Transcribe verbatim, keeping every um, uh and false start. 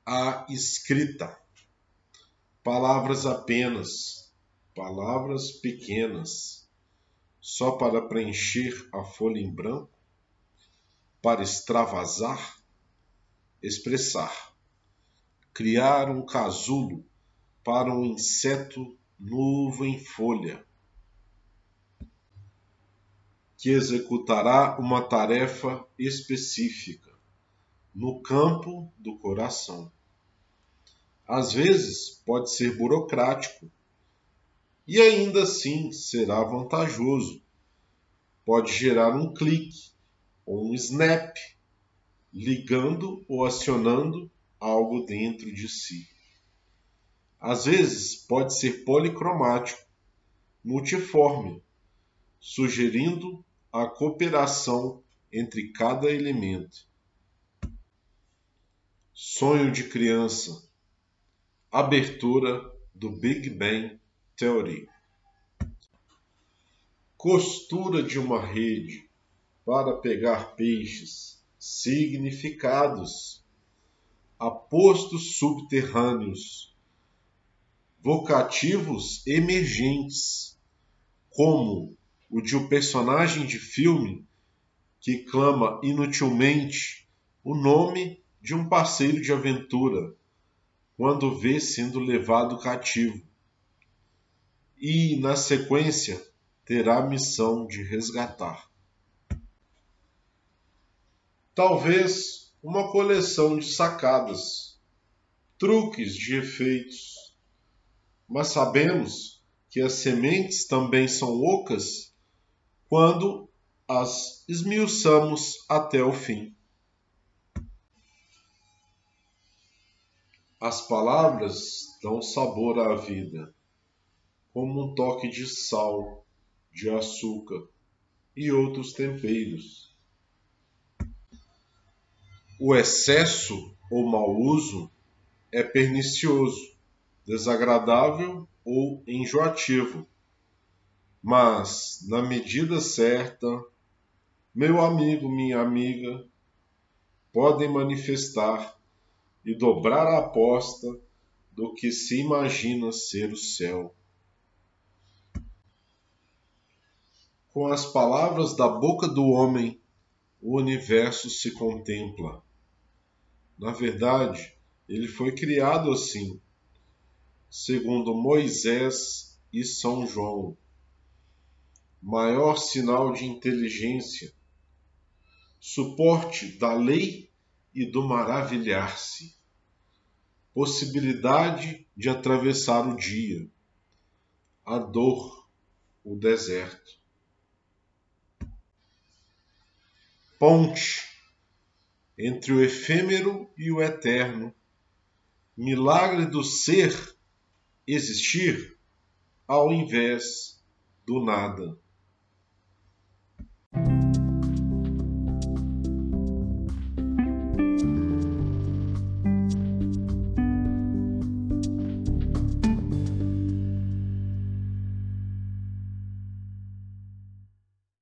a escrita. Palavras apenas, palavras pequenas, só para preencher a folha em branco, para extravasar, expressar, criar um casulo para um inseto novo em folha, que executará uma tarefa específica no campo do coração. Às vezes pode ser burocrático e ainda assim será vantajoso. Pode gerar um clique ou um snap, ligando ou acionando algo dentro de si. Às vezes pode ser policromático, multiforme, sugerindo a cooperação entre cada elemento. Sonho de criança. Abertura do Big Bang Theory. Costura de uma rede para pegar peixes. Significados. Apostos subterrâneos. Vocativos emergentes, como o de um personagem de filme que clama inutilmente o nome de um parceiro de aventura quando vê sendo levado cativo, e, na sequência, terá a missão de resgatar. Talvez uma coleção de sacadas, truques de efeitos, mas sabemos que as sementes também são ocas quando as esmiuçamos até o fim. As palavras dão sabor à vida, como um toque de sal, de açúcar e outros temperos. O excesso ou mau uso é pernicioso, desagradável ou enjoativo, mas, na medida certa, meu amigo, minha amiga, podem manifestar e dobrar a aposta do que se imagina ser o céu. Com as palavras da boca do homem, o universo se contempla. Na verdade, ele foi criado assim, segundo Moisés e São João. Maior sinal de inteligência, suporte da lei e do maravilhar-se, possibilidade de atravessar o dia, a dor, o deserto. Ponte entre o efêmero e o eterno, milagre do ser existir ao invés do nada.